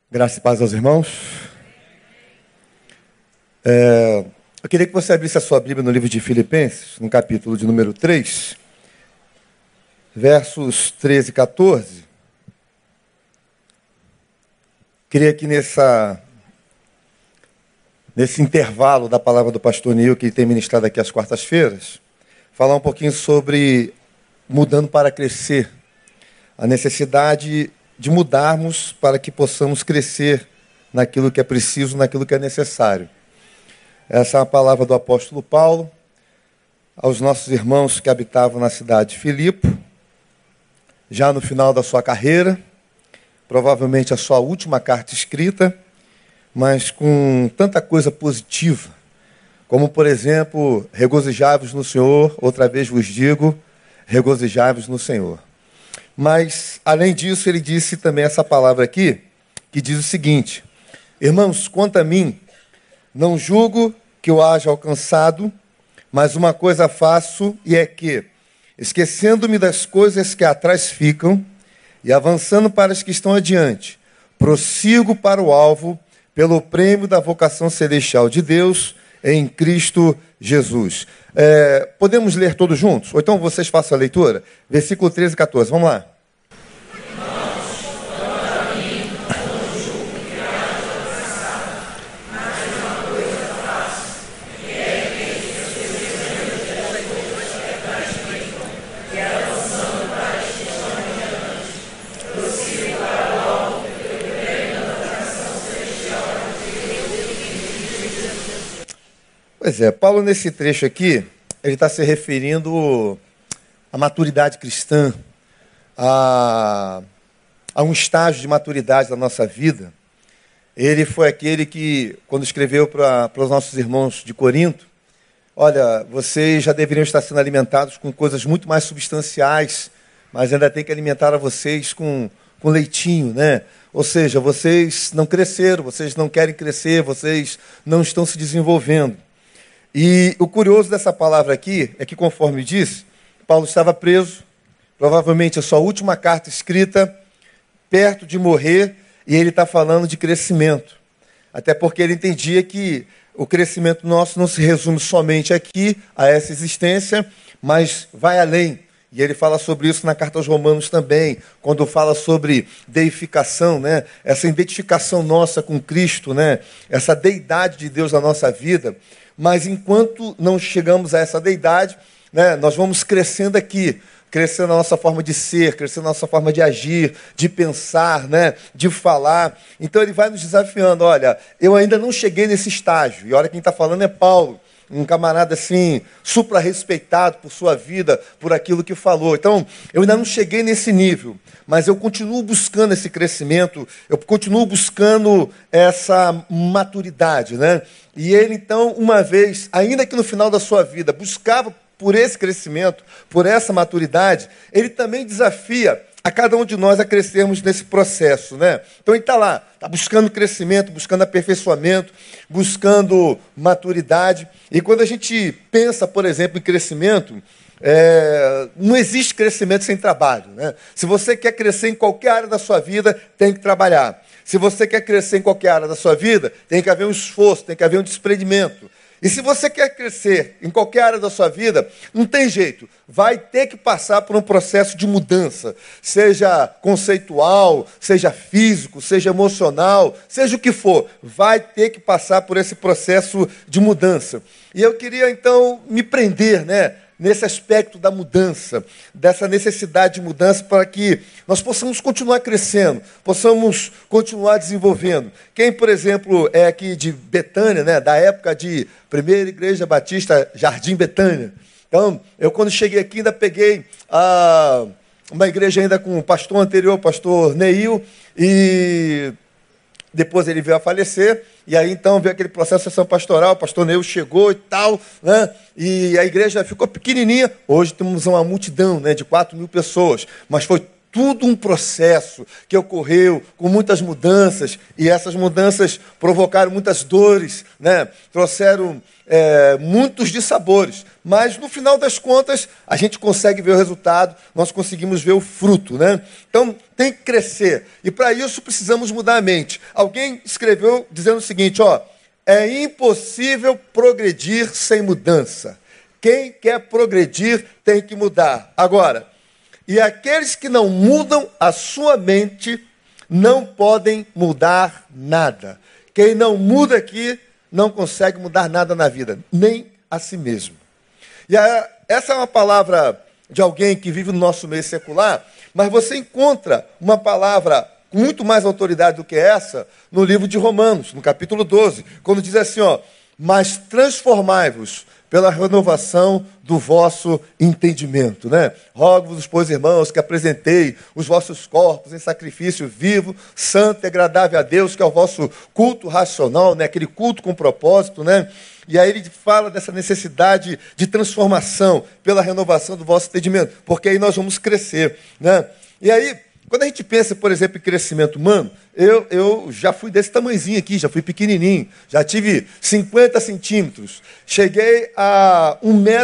Graça e paz aos irmãos. Eu queria que você abrisse a sua Bíblia no livro de Filipenses, no capítulo de número 3, versos 13 e 14. Queria que nesse intervalo da palavra do pastor Nil, que tem ministrado aqui às quartas-feiras, falar um pouquinho sobre mudando para crescer, a necessidade de mudarmos para que possamos crescer naquilo que é preciso, naquilo que é necessário. Essa é a palavra do apóstolo Paulo aos nossos irmãos que habitavam na cidade de Filipe, já no final da sua carreira, provavelmente a sua última carta escrita, mas com tanta coisa positiva, como, por exemplo, regozijai-vos no Senhor, outra vez vos digo, regozijai-vos no Senhor. Mas, além disso, ele disse também essa palavra aqui, que diz o seguinte: irmãos, quanto a mim, não julgo que eu haja alcançado, mas uma coisa faço, e é que, esquecendo-me das coisas que atrás ficam, e avançando para as que estão adiante, prossigo para o alvo, pelo prêmio da vocação celestial de Deus, em Cristo Jesus. Podemos ler todos juntos? Ou então vocês façam a leitura? Versículo 13 e 14, vamos lá. Pois é, Paulo nesse trecho aqui, ele está se referindo à maturidade cristã, a um estágio de maturidade da nossa vida. Ele foi aquele que, quando escreveu para os nossos irmãos de Corinto, olha, vocês já deveriam estar sendo alimentados com coisas muito mais substanciais, mas ainda tem que alimentar a vocês com leitinho, né? Ou seja, vocês não cresceram, vocês não querem crescer, vocês não estão se desenvolvendo. E o curioso dessa palavra aqui é que, conforme disse, Paulo estava preso, provavelmente a sua última carta escrita, perto de morrer, e ele está falando de crescimento. Até porque ele entendia que o crescimento nosso não se resume somente aqui, a essa existência, mas vai além. E ele fala sobre isso na carta aos Romanos também, quando fala sobre deificação, né? Essa identificação nossa com Cristo, né? Essa deidade de Deus na nossa vida. Mas enquanto não chegamos a essa deidade, né, nós vamos crescendo aqui, crescendo a nossa forma de ser, crescendo a nossa forma de agir, de pensar, né, de falar. Então ele vai nos desafiando, olha, eu ainda não cheguei nesse estágio. E olha, quem está falando é Paulo, um camarada assim, supra-respeitado por sua vida, por aquilo que falou. Então, eu ainda não cheguei nesse nível, mas eu continuo buscando esse crescimento, eu continuo buscando essa maturidade, né? E ele, então, uma vez, ainda que no final da sua vida, buscava por esse crescimento, por essa maturidade, ele também desafia a cada um de nós a crescermos nesse processo, né? Então ele está lá, está buscando crescimento, buscando aperfeiçoamento, buscando maturidade. E quando a gente pensa, por exemplo, em crescimento, não existe crescimento sem trabalho, né? Se você quer crescer em qualquer área da sua vida, tem que trabalhar. Se você quer crescer em qualquer área da sua vida, tem que haver um esforço, tem que haver um desprendimento. E se você quer crescer em qualquer área da sua vida, não tem jeito. Vai ter que passar por um processo de mudança, seja conceitual, seja físico, seja emocional, seja o que for. Vai ter que passar por esse processo de mudança. E eu queria, então, me prender, né, nesse aspecto da mudança, dessa necessidade de mudança para que nós possamos continuar crescendo, possamos continuar desenvolvendo. Quem, por exemplo, é aqui de Betânia, né, da época de Primeira Igreja Batista Jardim Betânia. Então, eu quando cheguei aqui ainda peguei uma igreja ainda com o pastor anterior, o pastor Neil, e depois ele veio a falecer, e aí então veio aquele processo de sessão pastoral, o pastor Neil chegou e tal, né? E a igreja ficou pequenininha. Hoje temos uma multidão, né, de 4.000 pessoas, mas foi tudo um processo que ocorreu com muitas mudanças, e essas mudanças provocaram muitas dores, né? Trouxeram muitos dissabores. Mas, no final das contas, a gente consegue ver o resultado, nós conseguimos ver o fruto, né? Então, tem que crescer. E, para isso, precisamos mudar a mente. Alguém escreveu dizendo o seguinte, é impossível progredir sem mudança. Quem quer progredir tem que mudar. Agora, e aqueles que não mudam a sua mente não podem mudar nada. Quem não muda aqui não consegue mudar nada na vida, nem a si mesmo. E essa é uma palavra de alguém que vive no nosso meio secular, mas você encontra uma palavra com muito mais autoridade do que essa no livro de Romanos, no capítulo 12, quando diz assim, mas transformai-vos pela renovação do vosso entendimento, né? Rogo-vos, pois, irmãos, que apresentei os vossos corpos em sacrifício vivo, santo e agradável a Deus, que é o vosso culto racional, né? Aquele culto com propósito, né? E aí ele fala dessa necessidade de transformação pela renovação do vosso entendimento, porque aí nós vamos crescer, né? E aí, quando a gente pensa, por exemplo, em crescimento humano, eu já fui desse tamanhozinho aqui, já fui pequenininho, já tive 50 centímetros, cheguei a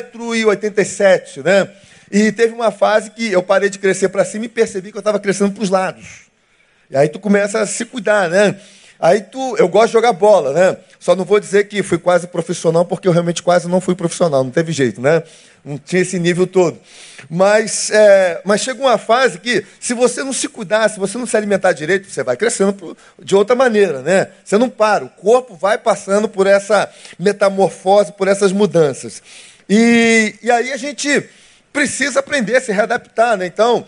1,87 m, né? E teve uma fase que eu parei de crescer para cima e percebi que eu estava crescendo para os lados. E aí tu começa a se cuidar, né? Eu gosto de jogar bola, né? Só não vou dizer que fui quase profissional, porque eu realmente quase não fui profissional, não teve jeito, né? Não tinha esse nível todo. Mas chega uma fase que, se você não se cuidar, se você não se alimentar direito, você vai crescendo de outra maneira, né? Você não para, o corpo vai passando por essa metamorfose, por essas mudanças. E aí a gente precisa aprender a se readaptar, né? Então,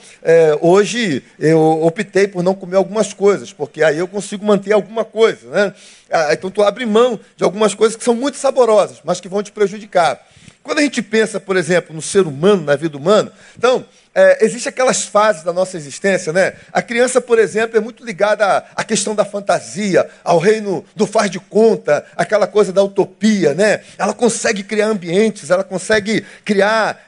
hoje eu optei por não comer algumas coisas, porque aí eu consigo manter alguma coisa, né? Então, tu abre mão de algumas coisas que são muito saborosas, mas que vão te prejudicar. Quando a gente pensa, por exemplo, no ser humano, na vida humana, então, existem aquelas fases da nossa existência, né? A criança, por exemplo, é muito ligada à questão da fantasia, ao reino do faz de conta, aquela coisa da utopia, né? Ela consegue criar ambientes, ela consegue criar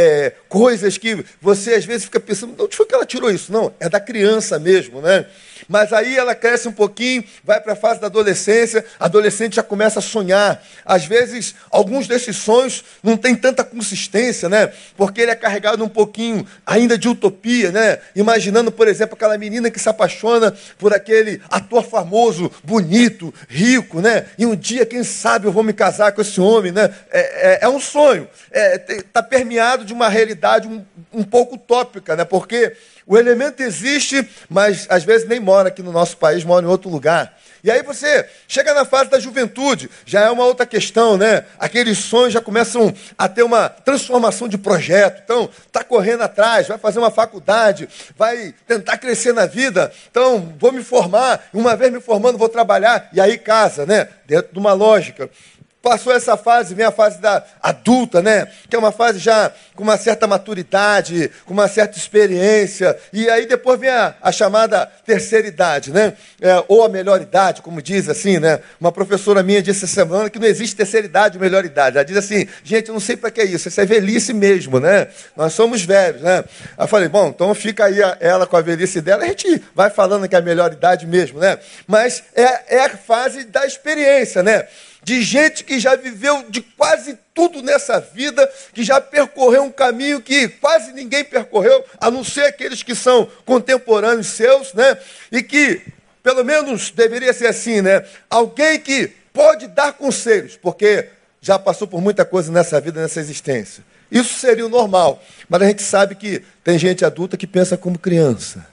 coisas que você, às vezes, fica pensando, de onde foi que ela tirou isso? Não, é da criança mesmo, né? Mas aí ela cresce um pouquinho, vai para a fase da adolescência, a adolescente já começa a sonhar. Às vezes, alguns desses sonhos não têm tanta consistência, né? Porque ele é carregado um pouquinho ainda de utopia, né? Imaginando, por exemplo, aquela menina que se apaixona por aquele ator famoso, bonito, rico, né? E um dia, quem sabe, eu vou me casar com esse homem, né? É um sonho. Está permeado de uma realidade um pouco utópica, né? Porque o elemento existe, mas às vezes nem mora aqui no nosso país, mora em outro lugar. E aí você chega na fase da juventude, já é uma outra questão, né? Aqueles sonhos já começam a ter uma transformação de projeto. Então, está correndo atrás, vai fazer uma faculdade, vai tentar crescer na vida. Então, vou me formar, uma vez me formando, vou trabalhar, e aí casa, né? Dentro de uma lógica. Passou essa fase, vem a fase da adulta, né? Que é uma fase já com uma certa maturidade, com uma certa experiência. E aí depois vem a chamada terceira idade, né? Ou a melhor idade, como diz assim, né? Uma professora minha disse essa semana que não existe terceira idade ou melhor idade. Ela diz assim, gente, eu não sei para que isso é velhice mesmo, né? Nós somos velhos, né? Aí eu falei, bom, então fica aí ela com a velhice dela, a gente vai falando que é a melhor idade mesmo, né? Mas é a fase da experiência, né? De gente que já viveu de quase tudo nessa vida, que já percorreu um caminho que quase ninguém percorreu, a não ser aqueles que são contemporâneos seus, né? E que, pelo menos, deveria ser assim, né? Alguém que pode dar conselhos, porque já passou por muita coisa nessa vida, nessa existência. Isso seria o normal. Mas a gente sabe que tem gente adulta que pensa como criança.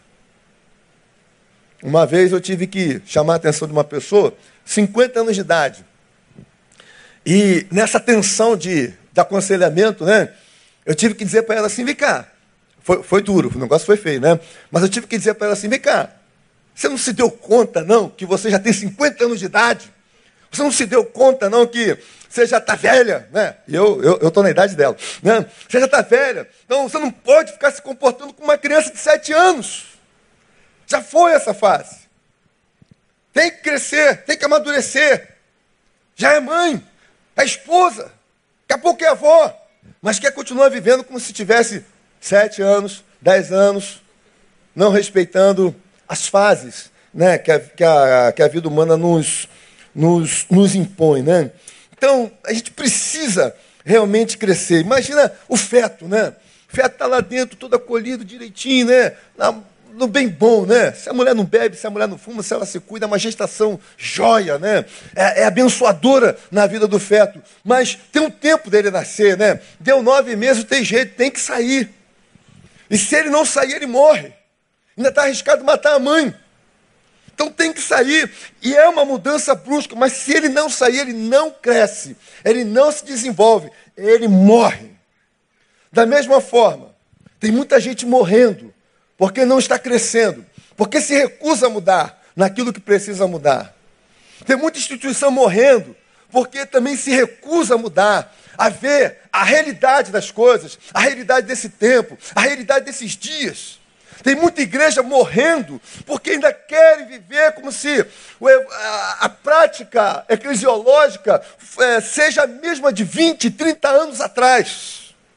Uma vez eu tive que chamar a atenção de uma pessoa, 50 anos de idade. E nessa tensão de aconselhamento, né, eu tive que dizer para ela assim, vem cá, foi duro, o negócio foi feio, né? Mas eu tive que dizer para ela assim, vem cá, você não se deu conta, não, que você já tem 50 anos de idade? Você não se deu conta, não, que você já está velha, né? Eu estou na idade dela, né? Você já está velha, então você não pode ficar se comportando como uma criança de 7 anos. Já foi essa fase. Tem que crescer, tem que amadurecer. Já é mãe. É esposa, daqui a pouco é avó, mas quer continuar vivendo como se tivesse 7 anos, 10 anos. não respeitando as fases, né, que a vida humana nos impõe, né? Então, a gente precisa realmente crescer. Imagina o feto, né? O feto está lá dentro, todo acolhido, direitinho, né? No bem bom, né? Se a mulher não bebe, se a mulher não fuma, se ela se cuida, é uma gestação joia, né? É abençoadora na vida do feto. Mas tem um tempo dele nascer, né? Deu 9 meses, tem jeito, tem que sair. E se ele não sair, ele morre. Ainda está arriscado matar a mãe. Então tem que sair. E é uma mudança brusca, mas se ele não sair, ele não cresce. Ele não se desenvolve. Ele morre. Da mesma forma, tem muita gente morrendo porque não está crescendo, porque se recusa a mudar naquilo que precisa mudar. Tem muita instituição morrendo porque também se recusa a mudar, a ver a realidade das coisas, a realidade desse tempo, a realidade desses dias. Tem muita igreja morrendo porque ainda querem viver como se a prática eclesiológica seja a mesma de 20, 30 anos atrás.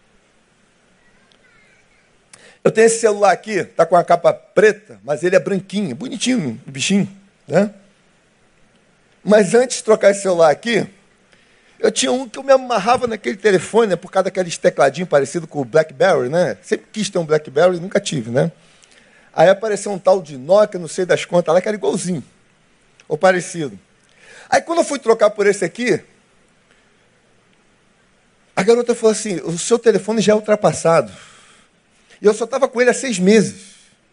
Eu tenho esse celular aqui, está com a capa preta, mas ele é branquinho, bonitinho, o bichinho, né? Mas antes de trocar esse celular aqui, eu tinha um que eu me amarrava naquele telefone, né, por causa daqueles tecladinhos parecidos com o BlackBerry, né? Sempre quis ter um BlackBerry, nunca tive, né? Aí apareceu um tal de Nokia, não sei das quantas lá, que era igualzinho, ou parecido. Aí quando eu fui trocar por esse aqui, a garota falou assim, o seu telefone já é ultrapassado. E eu só estava com ele há 6 meses.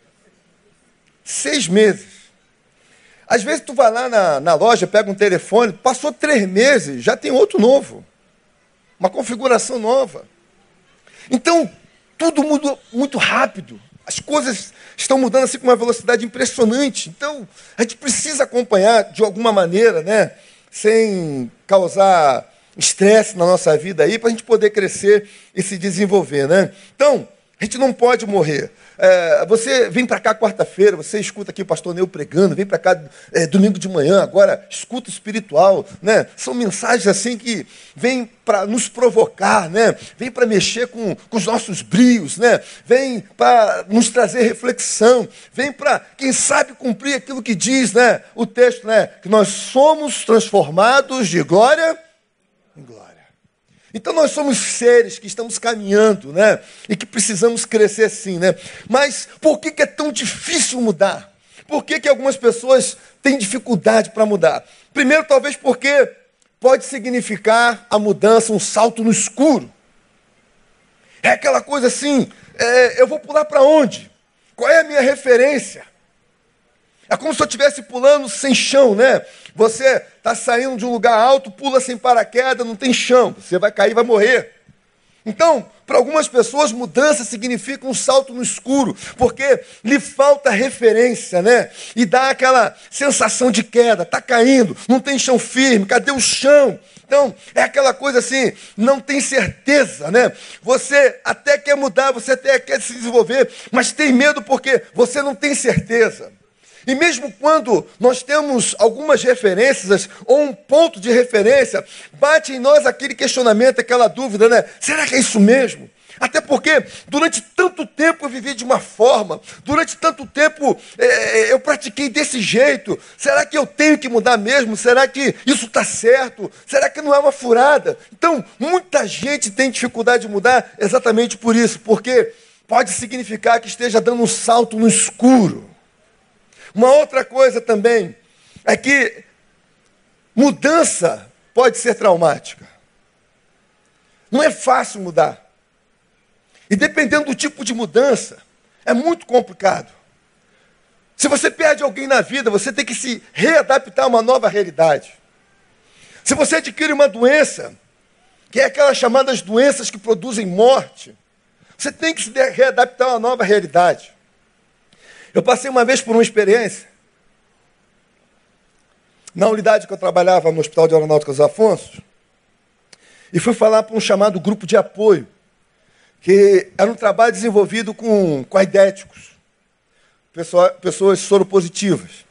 6 meses. Às vezes tu vai lá na loja, pega um telefone, passou 3 meses, já tem outro novo. Uma configuração nova. Então, tudo muda muito rápido. As coisas estão mudando assim com uma velocidade impressionante. Então, a gente precisa acompanhar de alguma maneira, né? Sem causar estresse na nossa vida aí, para a gente poder crescer e se desenvolver, né? Então, a gente não pode morrer. Você vem para cá quarta-feira, você escuta aqui o pastor Neu pregando, vem para cá domingo de manhã, agora escuta espiritual, né? São mensagens assim que vêm para nos provocar, né? Vem para mexer com os nossos brios, né? Vem para nos trazer reflexão, vem para, quem sabe, cumprir aquilo que diz, né? O texto, né? Que nós somos transformados de glória em glória. Então nós somos seres que estamos caminhando, né? E que precisamos crescer sim, né? Mas por que é tão difícil mudar? Por que algumas pessoas têm dificuldade para mudar? Primeiro, talvez porque pode significar a mudança um salto no escuro. É aquela coisa assim, eu vou pular para onde? Qual é a minha referência? É como se eu estivesse pulando sem chão, né? Você está saindo de um lugar alto, pula sem paraquedas, não tem chão. Você vai cair e vai morrer. Então, para algumas pessoas, mudança significa um salto no escuro, porque lhe falta referência, né? E dá aquela sensação de queda, está caindo, não tem chão firme, cadê o chão? Então, é aquela coisa assim, não tem certeza, né? Você até quer mudar, você até quer se desenvolver, mas tem medo porque você não tem certeza. E mesmo quando nós temos algumas referências ou um ponto de referência, bate em nós aquele questionamento, aquela dúvida, né? Será que é isso mesmo? Até porque durante tanto tempo eu vivi de uma forma, durante tanto tempo eu pratiquei desse jeito. Será que eu tenho que mudar mesmo? Será que isso está certo? Será que não é uma furada? Então, muita gente tem dificuldade de mudar exatamente por isso, porque pode significar que esteja dando um salto no escuro. Uma outra coisa também é que mudança pode ser traumática. Não é fácil mudar. E dependendo do tipo de mudança, é muito complicado. Se você perde alguém na vida, você tem que se readaptar a uma nova realidade. Se você adquire uma doença, que é aquelas chamadas doenças que produzem morte, você tem que se readaptar a uma nova realidade. Eu passei uma vez por uma experiência, na unidade que eu trabalhava no Hospital de Aeronáutica dos Afonsos, e fui falar para um chamado grupo de apoio, que era um trabalho desenvolvido com aidéticos, pessoas soropositivas.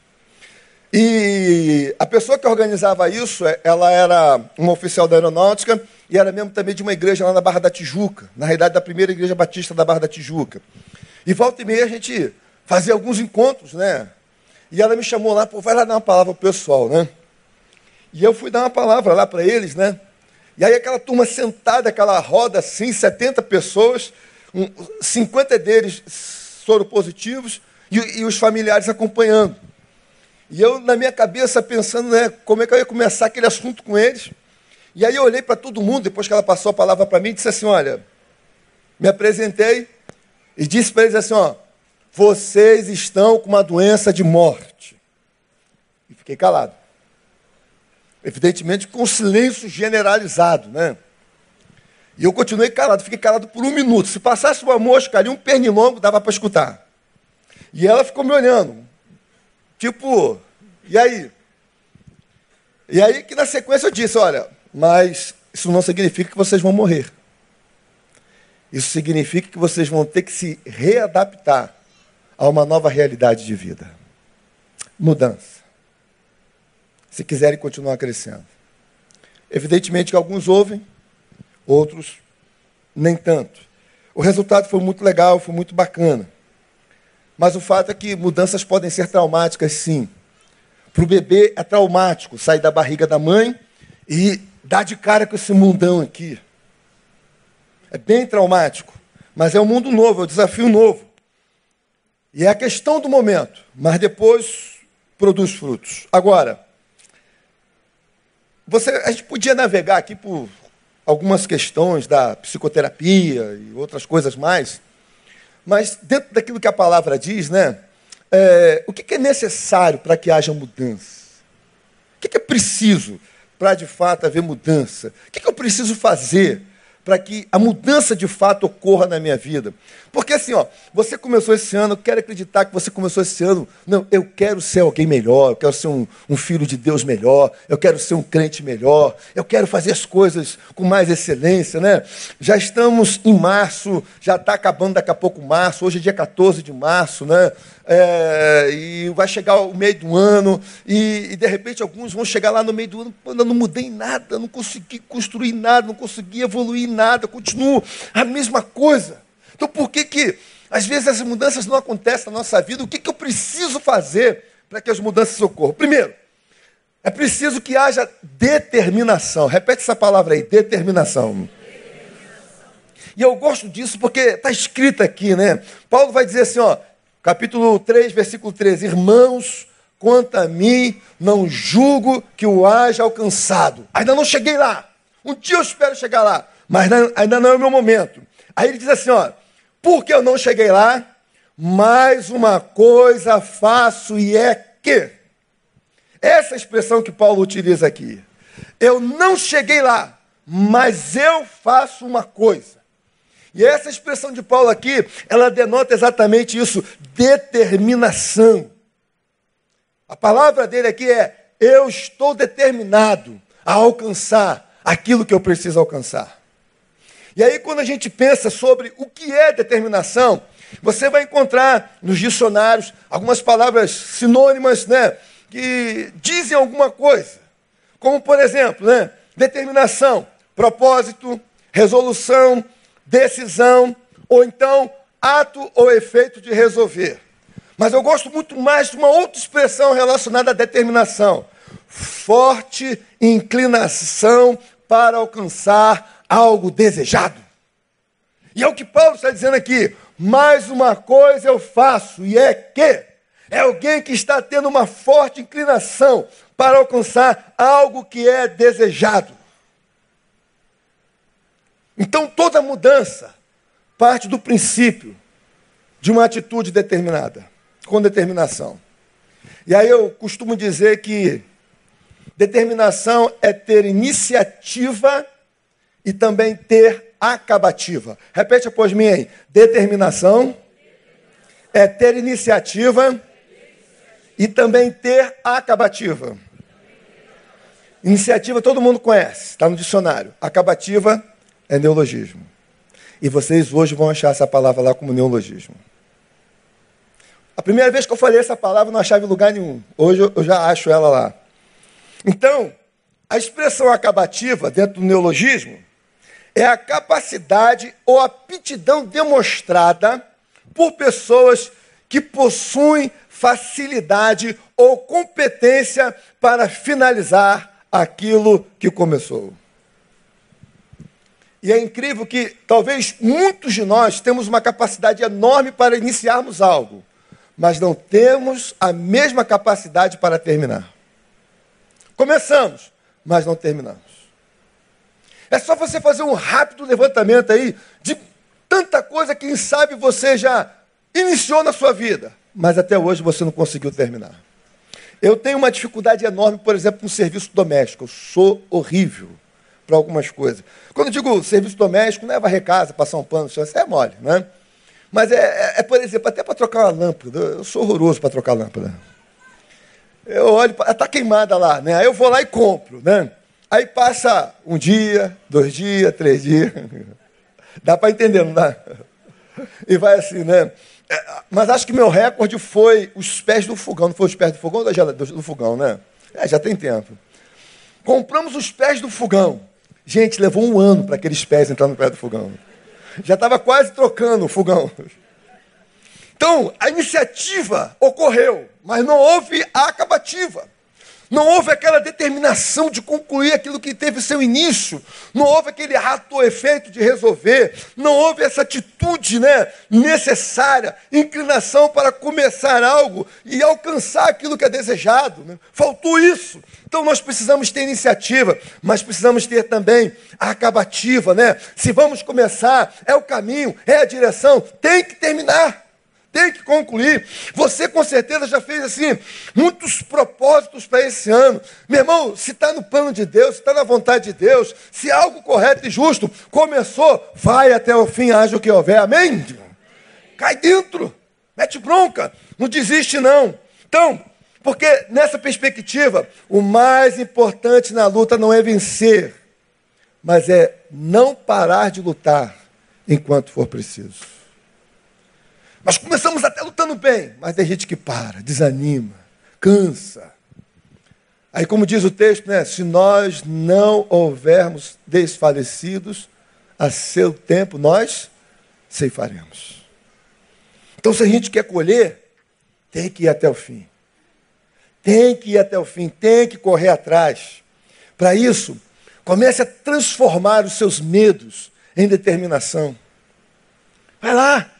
E a pessoa que organizava isso, ela era uma oficial da aeronáutica e era membro também de uma igreja lá na Barra da Tijuca, na realidade da primeira igreja batista da Barra da Tijuca. E volta e meia a gente fazer alguns encontros, né? E ela me chamou lá, pô, vai lá dar uma palavra pro pessoal, né? E eu fui dar uma palavra lá para eles, né? E aí aquela turma sentada, aquela roda assim, 70 pessoas, 50 deles soropositivos e os familiares acompanhando. E eu, na minha cabeça, pensando, né, como é que eu ia começar aquele assunto com eles. E aí eu olhei para todo mundo, depois que ela passou a palavra para mim, e disse assim, olha, me apresentei e disse para eles assim, ó, vocês estão com uma doença de morte. E fiquei calado. Evidentemente com silêncio generalizado, né? E eu continuei calado, fiquei calado por 1 minuto. Se passasse uma mosca ali, um pernilongo, dava para escutar. E ela ficou me olhando, tipo, e aí? E aí que na sequência eu disse, olha, mas isso não significa que vocês vão morrer. Isso significa que vocês vão ter que se readaptar a uma nova realidade de vida. Mudança. Se quiserem continuar crescendo. Evidentemente que alguns ouvem, outros nem tanto. O resultado foi muito legal, foi muito bacana. Mas o fato é que mudanças podem ser traumáticas, sim. Para o bebê é traumático sair da barriga da mãe e dar de cara com esse mundão aqui. É bem traumático, mas é um mundo novo, é um desafio novo. E é a questão do momento, mas depois produz frutos. Agora, a gente podia navegar aqui por algumas questões da psicoterapia e outras coisas mais, mas dentro daquilo que a palavra diz, né, o que é necessário para que haja mudança? O que é preciso para, de fato, haver mudança? O que eu preciso fazer para que a mudança, de fato, ocorra na minha vida? Porque, assim, ó, você começou esse ano, eu quero acreditar que você começou esse ano, não, eu quero ser alguém melhor, eu quero ser um filho de Deus melhor, eu quero ser um crente melhor, eu quero fazer as coisas com mais excelência, né? Já estamos em março, já está acabando daqui a pouco março, hoje é dia 14 de março, né? E vai chegar o meio do ano, e de repente alguns vão chegar lá no meio do ano, eu não mudei nada, não consegui construir nada, não consegui evoluir nada, continuo a mesma coisa. Então por que às vezes as mudanças não acontecem na nossa vida? O que eu preciso fazer para que as mudanças ocorram? Primeiro, é preciso que haja determinação. Repete essa palavra aí, determinação. E eu gosto disso porque está escrito aqui, né? Paulo vai dizer assim, ó, capítulo 3, versículo 13, irmãos, quanto a mim, não julgo que o haja alcançado. Ainda não cheguei lá. Um dia eu espero chegar lá, mas ainda não é o meu momento. Aí ele diz assim, ó, porque eu não cheguei lá, mais uma coisa faço e é que. Essa expressão que Paulo utiliza aqui. Eu não cheguei lá, mas eu faço uma coisa. E essa expressão de Paulo aqui, ela denota exatamente isso, determinação. A palavra dele aqui é, eu estou determinado a alcançar aquilo que eu preciso alcançar. E aí, quando a gente pensa sobre o que é determinação, você vai encontrar nos dicionários algumas palavras sinônimas, né, que dizem alguma coisa. Como, por exemplo, né, determinação, propósito, resolução, decisão, ou então ato ou efeito de resolver. Mas eu gosto muito mais de uma outra expressão relacionada à determinação. Forte inclinação para alcançar algo desejado. E é o que Paulo está dizendo aqui. Mais uma coisa eu faço, e é que é alguém que está tendo uma forte inclinação para alcançar algo que é desejado. Então toda mudança parte do princípio de uma atitude determinada, com determinação. E aí eu costumo dizer que determinação é ter iniciativa e também ter acabativa. Repete após mim aí. Determinação é ter iniciativa e também ter acabativa. Iniciativa todo mundo conhece, está no dicionário. Acabativa é neologismo. E vocês hoje vão achar essa palavra lá como neologismo. A primeira vez que eu falei essa palavra, eu não achava em lugar nenhum. Hoje eu já acho ela lá. Então, a expressão acabativa, dentro do neologismo, é a capacidade ou aptidão demonstrada por pessoas que possuem facilidade ou competência para finalizar aquilo que começou. E é incrível que talvez muitos de nós temos uma capacidade enorme para iniciarmos algo, mas não temos a mesma capacidade para terminar. Começamos, mas não terminamos. É só você fazer um rápido levantamento aí de tanta coisa que, quem sabe, você já iniciou na sua vida, mas até hoje você não conseguiu terminar. Eu tenho uma dificuldade enorme, por exemplo, com serviço doméstico. Eu sou horrível para algumas coisas. Quando eu digo serviço doméstico, não é varrer casa, passar um pano no chão, isso é mole, né? Mas por exemplo, até para trocar uma lâmpada. Eu sou horroroso para trocar lâmpada. Eu olho, está queimada lá, né? Aí eu vou lá e compro, né? Aí passa um dia, 2 dias, 3 dias. Dá para entender, não dá? E vai assim, né? Mas acho que meu recorde foi os pés do fogão. Não foi os pés do fogão ou do fogão, né? Já tem tempo. Compramos os pés do fogão. Gente, levou 1 ano para aqueles pés entrar no pé do fogão. Já estava quase trocando o fogão. Então, a iniciativa ocorreu, mas não houve a acabativa. Não houve aquela determinação de concluir aquilo que teve seu início. Não houve aquele ato ou efeito de resolver. Não houve essa atitude, necessária, inclinação para começar algo e alcançar aquilo que é desejado. Né? Faltou isso. Então nós precisamos ter iniciativa, mas precisamos ter também a acabativa. Né? Se vamos começar, é o caminho, é a direção, tem que terminar. Tem que concluir. Você com certeza já fez assim muitos propósitos para esse ano. Meu irmão, se está no plano de Deus, se está na vontade de Deus, se algo correto e justo começou, vai até o fim, haja o que houver. Amém? Cai dentro, mete bronca, não desiste não. Então, porque nessa perspectiva, o mais importante na luta não é vencer, mas é não parar de lutar enquanto for preciso. Nós começamos até lutando bem, mas tem gente que para, desanima, cansa. Aí, como diz o texto, se nós não houvermos desfalecidos, a seu tempo nós ceifaremos. Então, se a gente quer colher, tem que ir até o fim. Tem que ir até o fim, tem que correr atrás. Para isso, comece a transformar os seus medos em determinação. Vai lá.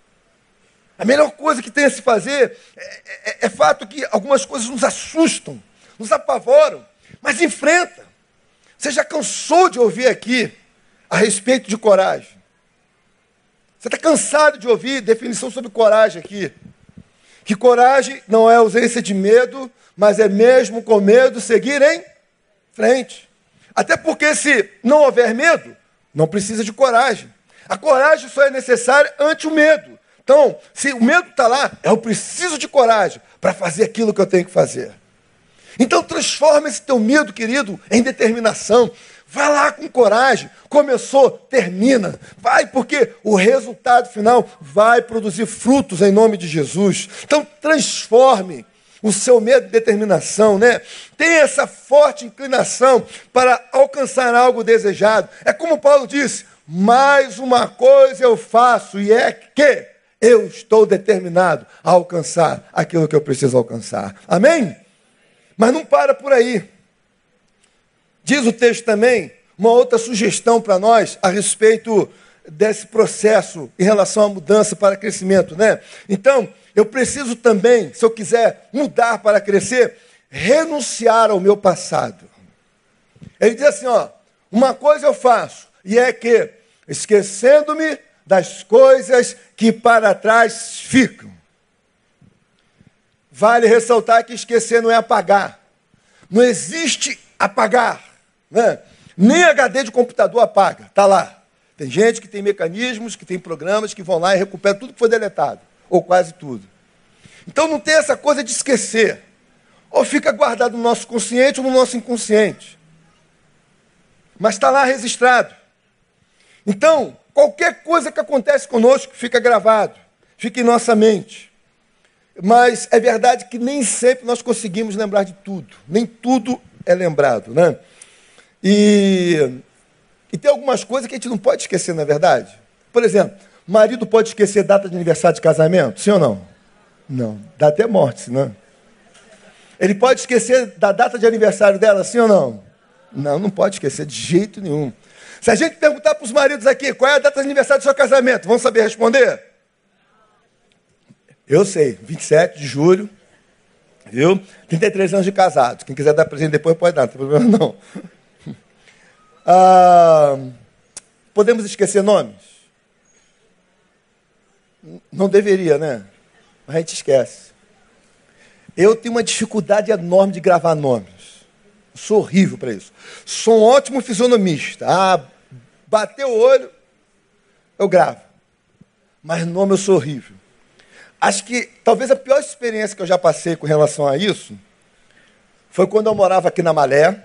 A melhor coisa que tem a se fazer é fato que algumas coisas nos assustam, nos apavoram, mas enfrenta. Você já cansou de ouvir aqui a respeito de coragem. Você está cansado de ouvir definição sobre coragem aqui. Que coragem não é ausência de medo, mas é mesmo com medo seguir em frente. Até porque se não houver medo, não precisa de coragem. A coragem só é necessária ante o medo. Então, se o medo está lá, eu preciso de coragem para fazer aquilo que eu tenho que fazer. Então, transforma esse teu medo, querido, em determinação. Vai lá com coragem. Começou, termina. Vai, porque o resultado final vai produzir frutos em nome de Jesus. Então, transforme o seu medo em determinação, Tenha essa forte inclinação para alcançar algo desejado. É como Paulo disse, mais uma coisa eu faço, e é que eu estou determinado a alcançar aquilo que eu preciso alcançar. Amém? Mas não para por aí. Diz o texto também, uma outra sugestão para nós a respeito desse processo em relação à mudança para crescimento, Então, eu preciso também, se eu quiser mudar para crescer, renunciar ao meu passado. Ele diz assim, uma coisa eu faço, e é que, esquecendo-me das coisas que para trás ficam. Vale ressaltar que esquecer não é apagar. Não existe apagar. Nem HD de computador apaga. Está lá. Tem gente que tem mecanismos, que tem programas que vão lá e recuperam tudo que foi deletado. Ou quase tudo. Então não tem essa coisa de esquecer. Ou fica guardado no nosso consciente ou no nosso inconsciente. Mas está lá registrado. Então, qualquer coisa que acontece conosco fica gravado, fica em nossa mente. Mas é verdade que nem sempre nós conseguimos lembrar de tudo. Nem tudo é lembrado, E tem algumas coisas que a gente não pode esquecer, não é verdade? Por exemplo, marido pode esquecer data de aniversário de casamento? Sim ou não? Não. Dá até morte, senão. Ele pode esquecer da data de aniversário dela, sim ou não? Não, não pode esquecer de jeito nenhum. Se a gente perguntar para os maridos aqui, qual é a data de aniversário do seu casamento, vão saber responder? Eu sei, 27 de julho, viu? 33 anos de casado. Quem quiser dar presente depois pode dar, não tem problema não. Podemos esquecer nomes? Não deveria, né? Mas a gente esquece. Eu tenho uma dificuldade enorme de gravar nomes. Sou horrível para isso. Sou um ótimo fisionomista. Bateu o olho, eu gravo. Mas nome eu sou horrível. Acho que talvez a pior experiência que eu já passei com relação a isso foi quando eu morava aqui na Malé,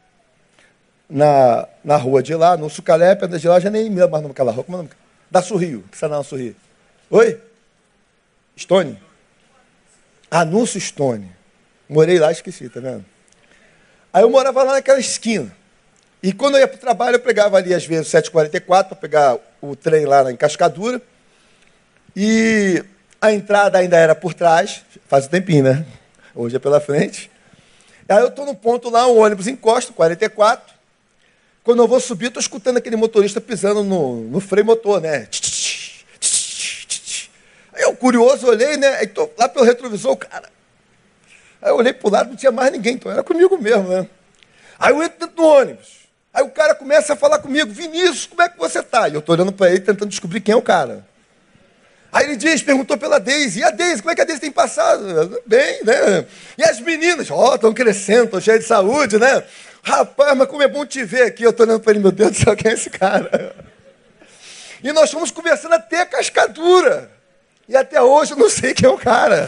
na rua de lá, no Sucalé, perto de lá, já nem me lembro mais o nome daquela rua. Como é o nome? Da Sorrio, que está na Sorrio. Oi? Stone? Anúncio Stone. Morei lá, esqueci, tá vendo? Aí eu morava lá naquela esquina. E quando eu ia para o trabalho, eu pegava ali, às vezes, 7h44, para pegar o trem lá em Cascadura. E a entrada ainda era por trás, faz um tempinho, né? Hoje é pela frente. Aí eu estou no ponto lá, o ônibus encosta, 44. Quando eu vou subir, estou escutando aquele motorista pisando no freio motor, né? Aí eu, curioso, olhei, né? Aí estou lá pelo retrovisor, cara. Aí eu olhei para o lado, não tinha mais ninguém, então era comigo mesmo, né? Aí eu entro dentro do ônibus. Aí o cara começa a falar comigo, Vinícius, como é que você está? E eu estou olhando para ele, tentando descobrir quem é o cara. Aí ele perguntou pela Deise. E a Deise, como é que a Deise tem passado? Bem, né? E as meninas? Estão crescendo, estão cheias de saúde, né? Rapaz, mas como é bom te ver aqui. Eu estou olhando para ele, meu Deus do céu, quem é esse cara? E nós fomos conversando até a Cascadura. E até hoje eu não sei quem é o cara.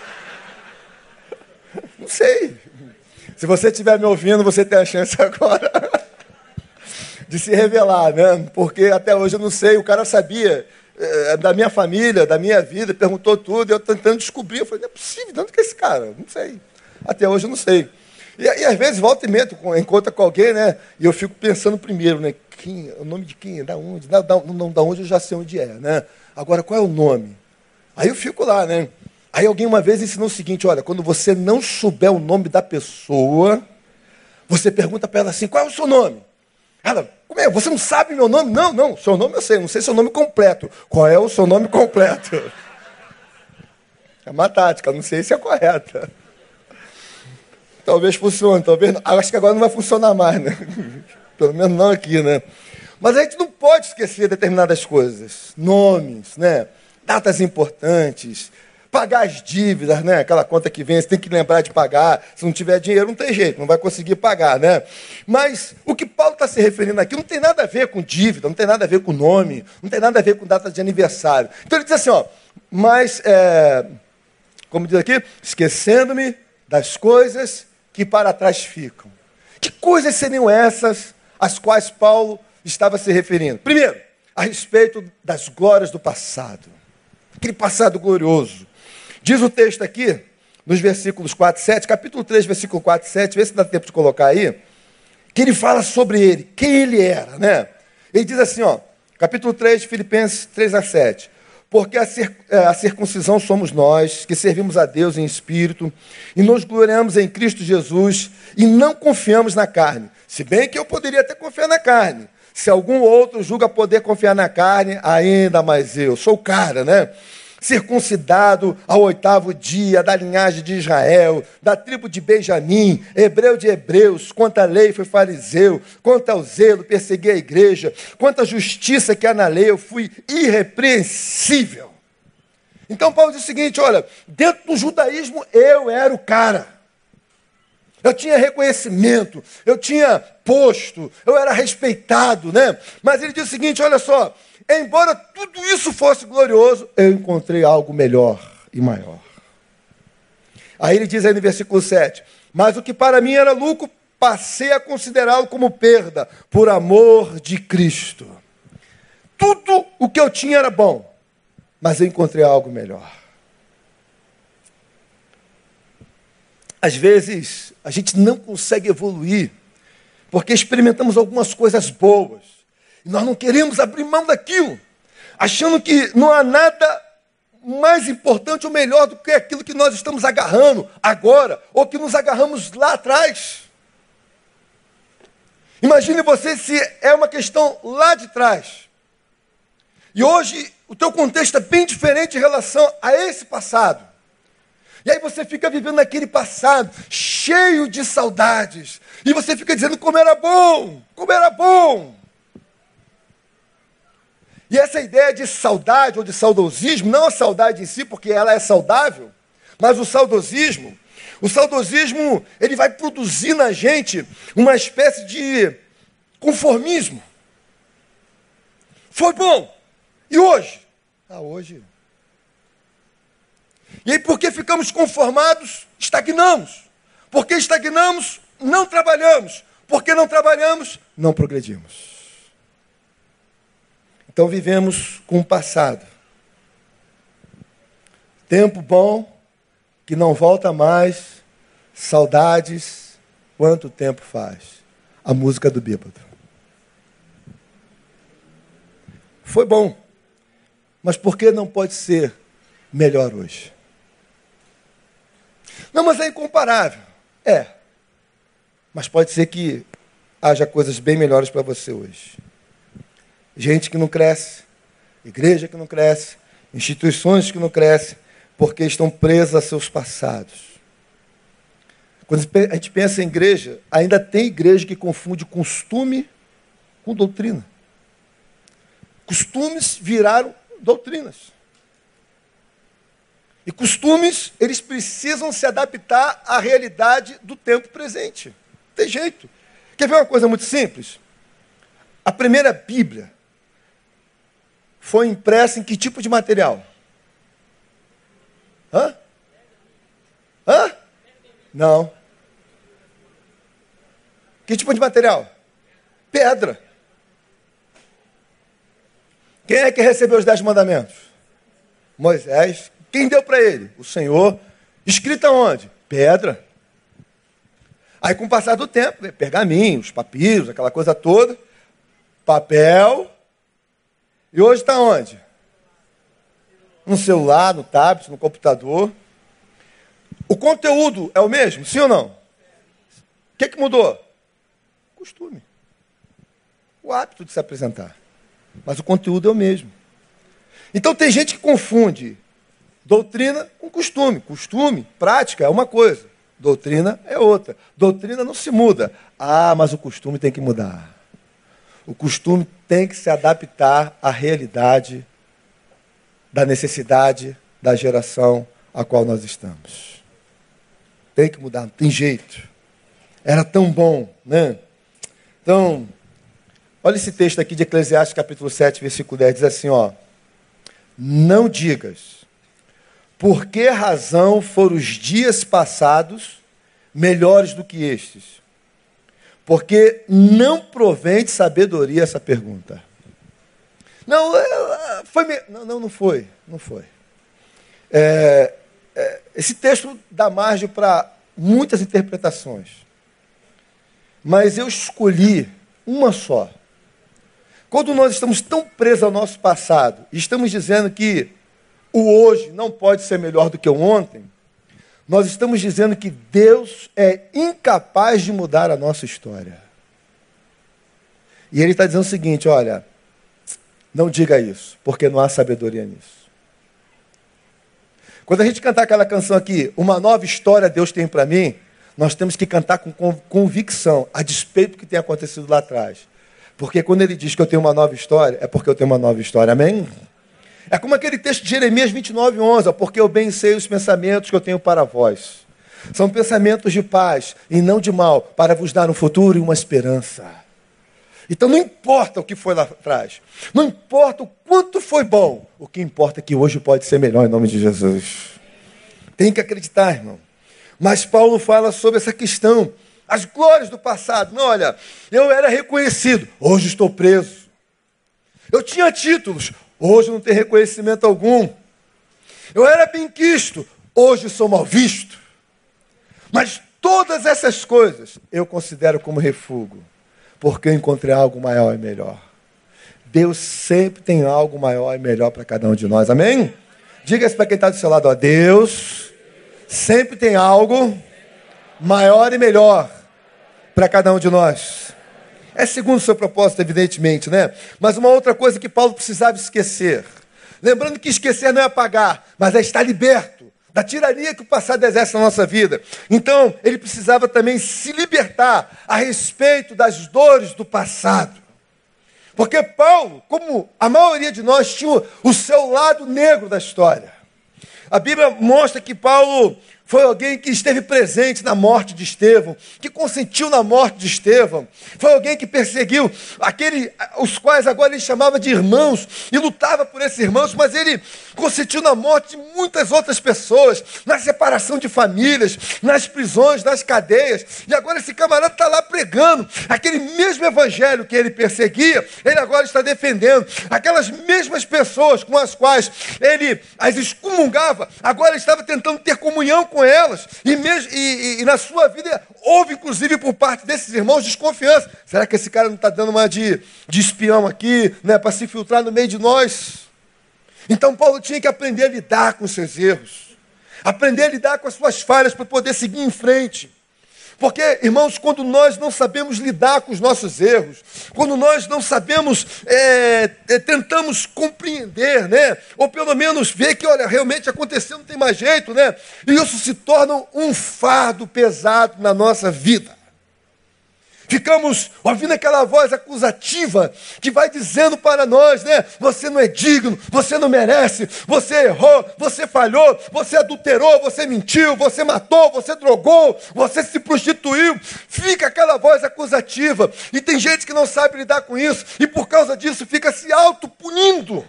Não sei. Se você estiver me ouvindo, você tem a chance agora de se revelar, né? Porque até hoje eu não sei. O cara sabia da minha família, da minha vida, perguntou tudo, e eu tentando descobrir. Eu falei, não é possível, de onde que é esse cara? Não sei. Até hoje eu não sei. E às vezes volta e meia, encontra com alguém, né? E eu fico pensando primeiro, né? O nome de quem? Da onde? Da onde eu já sei onde é, né? Agora, qual é o nome? Aí eu fico lá, né? Aí alguém uma vez ensinou o seguinte, olha, quando você não souber o nome da pessoa, você pergunta para ela assim, qual é o seu nome? Ela, como é? Você não sabe meu nome? Não, seu nome eu sei, não sei seu nome completo. Qual é o seu nome completo? É uma tática, não sei se é correta. Talvez funcione, talvez não. Acho que agora não vai funcionar mais, né? Pelo menos não aqui, né? Mas a gente não pode esquecer determinadas coisas. Nomes, né? Datas importantes. Pagar as dívidas, né? Aquela conta que vem, você tem que lembrar de pagar. Se não tiver dinheiro, não tem jeito, não vai conseguir pagar, né? Mas o que Paulo está se referindo aqui não tem nada a ver com dívida, não tem nada a ver com nome, não tem nada a ver com data de aniversário. Então ele diz assim, ó, mas, como diz aqui, esquecendo-me das coisas que para trás ficam. Que coisas seriam essas às quais Paulo estava se referindo? Primeiro, a respeito das glórias do passado. Aquele passado glorioso. Diz o texto aqui, nos versículos 4 e 7, capítulo 3, versículo 4 e 7, vê se dá tempo de colocar aí, que ele fala sobre ele, quem ele era, né? Ele diz assim, ó, capítulo 3, Filipenses 3 a 7, porque a circuncisão somos nós, que servimos a Deus em espírito, e nos gloriamos em Cristo Jesus, e não confiamos na carne, se bem que eu poderia até confiar na carne, se algum outro julga poder confiar na carne, ainda mais eu, sou o cara, né? Circuncidado ao 8º dia, da linhagem de Israel, da tribo de Benjamim, hebreu de hebreus, quanto à lei fui fariseu, quanto ao zelo persegui a igreja, quanto à justiça que há na lei eu fui irrepreensível. Então Paulo diz o seguinte, olha, dentro do judaísmo eu era o cara. Eu tinha reconhecimento, eu tinha posto, eu era respeitado, né? Mas ele diz o seguinte, olha só, embora tudo isso fosse glorioso, eu encontrei algo melhor e maior. Aí ele diz aí no versículo 7, mas o que para mim era lucro, passei a considerá-lo como perda, por amor de Cristo. Tudo o que eu tinha era bom, mas eu encontrei algo melhor. Às vezes, a gente não consegue evoluir, porque experimentamos algumas coisas boas, e nós não queremos abrir mão daquilo, achando que não há nada mais importante ou melhor do que aquilo que nós estamos agarrando agora, ou que nos agarramos lá atrás. Imagine você se é uma questão lá de trás. E hoje o teu contexto é bem diferente em relação a esse passado. E aí você fica vivendo naquele passado, cheio de saudades. E você fica dizendo como era bom, como era bom. E essa ideia de saudade ou de saudosismo, não a saudade em si, porque ela é saudável, mas o saudosismo, ele vai produzir na gente uma espécie de conformismo. Foi bom. E hoje? Hoje. E aí, porque ficamos conformados, estagnamos. Porque estagnamos, não trabalhamos. Porque não trabalhamos, não progredimos. Então vivemos com o passado. Tempo bom, que não volta mais. Saudades, quanto tempo faz? A música do bêbado. Foi bom, mas por que não pode ser melhor hoje? Não, mas é incomparável. É, mas pode ser que haja coisas bem melhores para você hoje. Gente que não cresce, igreja que não cresce, instituições que não crescem, porque estão presas a seus passados. Quando a gente pensa em igreja, ainda tem igreja que confunde costume com doutrina. Costumes viraram doutrinas. E costumes, eles precisam se adaptar à realidade do tempo presente. Não tem jeito. Quer ver uma coisa muito simples? A primeira Bíblia foi impressa em que tipo de material? Hã? Não. Que tipo de material? Pedra. Quem é que recebeu os 10 mandamentos? Moisés. Quem deu para ele? O Senhor. Escrita onde? Pedra. Aí, com o passar do tempo, pergaminhos, papiros, aquela coisa toda, papel. E hoje está onde? No celular, no tablet, no computador. O conteúdo é o mesmo, sim ou não? O que mudou? Costume. O hábito de se apresentar. Mas o conteúdo é o mesmo. Então tem gente que confunde doutrina com costume. Costume, prática é uma coisa. Doutrina é outra. Doutrina não se muda. Mas o costume tem que mudar. O costume tem que se adaptar à realidade da necessidade da geração a qual nós estamos. Tem que mudar, não tem jeito. Era tão bom, né? Então, olha esse texto aqui de Eclesiastes, capítulo 7, versículo 10, diz assim, não digas, por que razão foram os dias passados melhores do que estes? Porque não provém de sabedoria essa pergunta. Não, não foi. Esse texto dá margem para muitas interpretações. Mas eu escolhi uma só. Quando nós estamos tão presos ao nosso passado, e estamos dizendo que o hoje não pode ser melhor do que o ontem, nós estamos dizendo que Deus é incapaz de mudar a nossa história. E Ele está dizendo o seguinte, olha, não diga isso, porque não há sabedoria nisso. Quando a gente cantar aquela canção aqui, uma nova história Deus tem para mim, nós temos que cantar com convicção, a despeito do que tem acontecido lá atrás. Porque quando ele diz que eu tenho uma nova história, é porque eu tenho uma nova história, amém? É como aquele texto de Jeremias 29:11, porque eu bem sei os pensamentos que eu tenho para vós. São pensamentos de paz e não de mal, para vos dar um futuro e uma esperança. Então não importa o que foi lá atrás, não importa o quanto foi bom, o que importa é que hoje pode ser melhor em nome de Jesus. Tem que acreditar, irmão. Mas Paulo fala sobre essa questão, as glórias do passado. Não, olha, eu era reconhecido, hoje estou preso. Eu tinha títulos, hoje não tenho reconhecimento algum. Eu era benquisto, hoje sou mal visto. Mas todas essas coisas eu considero como refúgio, porque eu encontrei algo maior e melhor. Deus sempre tem algo maior e melhor para cada um de nós, amém? Diga isso para quem está do seu lado, ó. Deus sempre tem algo maior e melhor para cada um de nós. É segundo o seu propósito, evidentemente, né? Mas uma outra coisa que Paulo precisava esquecer. Lembrando que esquecer não é apagar, mas é estar liberto da tirania que o passado exerce na nossa vida. Então, ele precisava também se libertar a respeito das dores do passado. Porque Paulo, como a maioria de nós, tinha o seu lado negro da história. A Bíblia mostra que Paulo foi alguém que esteve presente na morte de Estevão, que consentiu na morte de Estevão. Foi alguém que perseguiu os quais agora ele chamava de irmãos, e lutava por esses irmãos, mas ele consentiu na morte de muitas outras pessoas, na separação de famílias, nas prisões, nas cadeias. E agora esse camarada está lá pregando aquele mesmo evangelho que ele perseguia, ele agora está defendendo. Aquelas mesmas pessoas com as quais ele as excomungava, agora ele estava tentando ter comunhão com elas, e na sua vida houve inclusive por parte desses irmãos desconfiança. Será que esse cara não está dando uma de espião aqui, né, para se filtrar no meio de nós? Então Paulo tinha que aprender a lidar com os seus erros, aprender a lidar com as suas falhas para poder seguir em frente. Porque, irmãos, quando nós não sabemos lidar com os nossos erros, quando nós não sabemos, tentamos compreender, né? Ou pelo menos ver que, olha, realmente aconteceu, não tem mais jeito, né? E isso se torna um fardo pesado na nossa vida. Ficamos ouvindo aquela voz acusativa que vai dizendo para nós, né? Você não é digno, você não merece, você errou, você falhou, você adulterou, você mentiu, você matou, você drogou, você se prostituiu. Fica aquela voz acusativa. E tem gente que não sabe lidar com isso e por causa disso fica se autopunindo.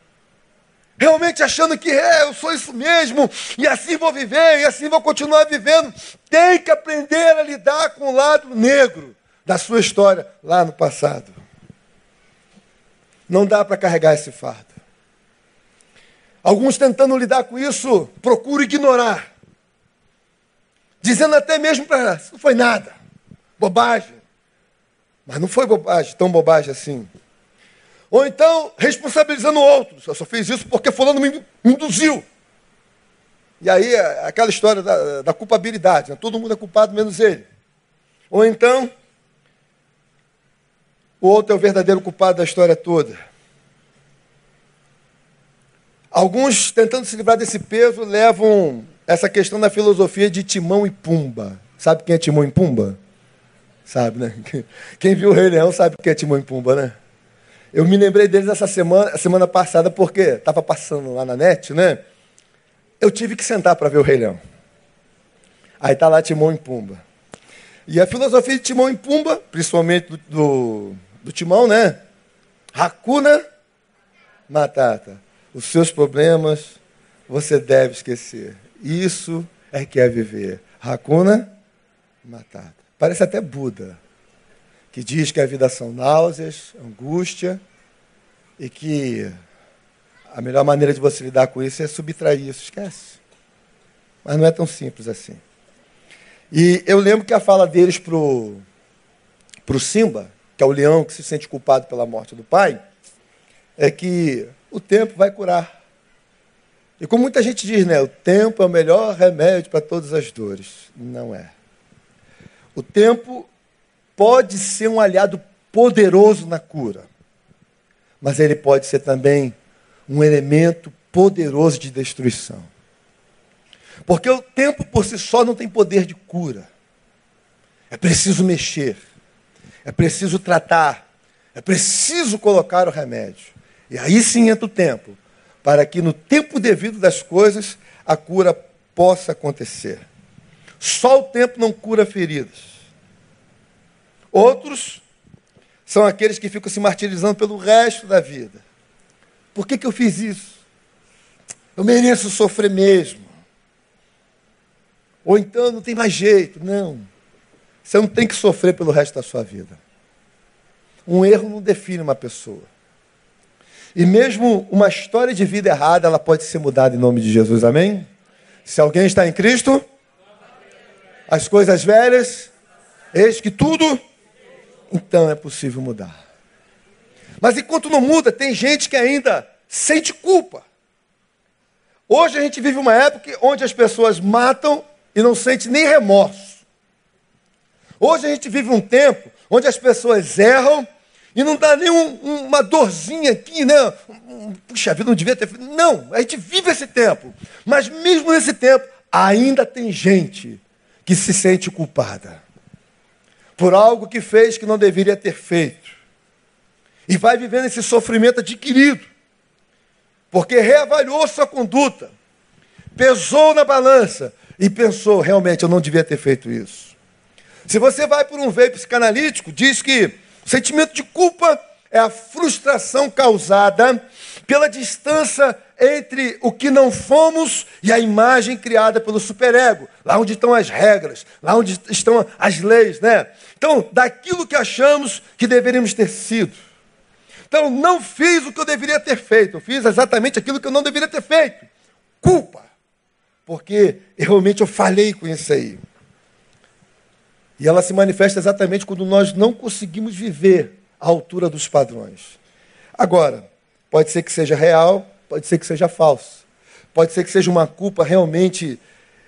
Realmente achando que eu sou isso mesmo, e assim vou viver, e assim vou continuar vivendo. Tem que aprender a lidar com o lado negro da sua história lá no passado. Não dá para carregar esse fardo. Alguns tentando lidar com isso, procuram ignorar. Dizendo até mesmo para isso não foi nada. Bobagem. Mas não foi bobagem, tão bobagem assim. Ou então, responsabilizando outros. Eu só fiz isso porque fulano me induziu. E aí, aquela história da culpabilidade. Né? Todo mundo é culpado, menos ele. Ou então, o outro é o verdadeiro culpado da história toda. Alguns, tentando se livrar desse peso, levam essa questão da filosofia de Timão e Pumba. Sabe quem é Timão e Pumba? Sabe, né? Quem viu o Rei Leão sabe quem é Timão e Pumba, né? Eu me lembrei deles essa semana passada, porque estava passando lá na net, né? Eu tive que sentar para ver o Rei Leão. Aí está lá Timão e Pumba. E a filosofia de Timão e Pumba, principalmente do Timão, né? Hakuna Matata. Os seus problemas você deve esquecer. Isso é que é viver. Hakuna Matata. Parece até Buda, que diz que a vida são náuseas, angústia, e que a melhor maneira de você lidar com isso é subtrair isso. Esquece. Mas não é tão simples assim. E eu lembro que a fala deles pro Simba, que é o leão que se sente culpado pela morte do pai, é que o tempo vai curar. E como muita gente diz, né? O tempo é o melhor remédio para todas as dores. Não é. O tempo pode ser um aliado poderoso na cura, mas ele pode ser também um elemento poderoso de destruição. Porque o tempo por si só não tem poder de cura. É preciso mexer. É preciso tratar, é preciso colocar o remédio. E aí sim entra o tempo, para que no tempo devido das coisas, a cura possa acontecer. Só o tempo não cura feridas. Outros são aqueles que ficam se martirizando pelo resto da vida. Por que eu fiz isso? Eu mereço sofrer mesmo. Ou então não tem mais jeito. Não. Você não tem que sofrer pelo resto da sua vida. Um erro não define uma pessoa. E mesmo uma história de vida errada, ela pode ser mudada em nome de Jesus, amém? Se alguém está em Cristo, as coisas velhas, eis que tudo, então é possível mudar. Mas enquanto não muda, tem gente que ainda sente culpa. Hoje a gente vive uma época onde as pessoas matam e não sentem nem remorso. Hoje a gente vive um tempo onde as pessoas erram e não dá nem uma dorzinha aqui, né? Puxa vida, não devia ter feito. Não, a gente vive esse tempo. Mas mesmo nesse tempo, ainda tem gente que se sente culpada por algo que fez que não deveria ter feito. E vai vivendo esse sofrimento adquirido. Porque reavaliou sua conduta, pesou na balança e pensou, realmente, eu não devia ter feito isso. Se você vai por um veio psicanalítico, diz que o sentimento de culpa é a frustração causada pela distância entre o que não fomos e a imagem criada pelo superego. Lá onde estão as regras, lá onde estão as leis, né? Então, daquilo que achamos que deveríamos ter sido. Então, não fiz o que eu deveria ter feito. Eu fiz exatamente aquilo que eu não deveria ter feito. Culpa. Porque realmente eu falhei com isso aí. E ela se manifesta exatamente quando nós não conseguimos viver à altura dos padrões. Agora, pode ser que seja real, pode ser que seja falso. Pode ser que seja uma culpa realmente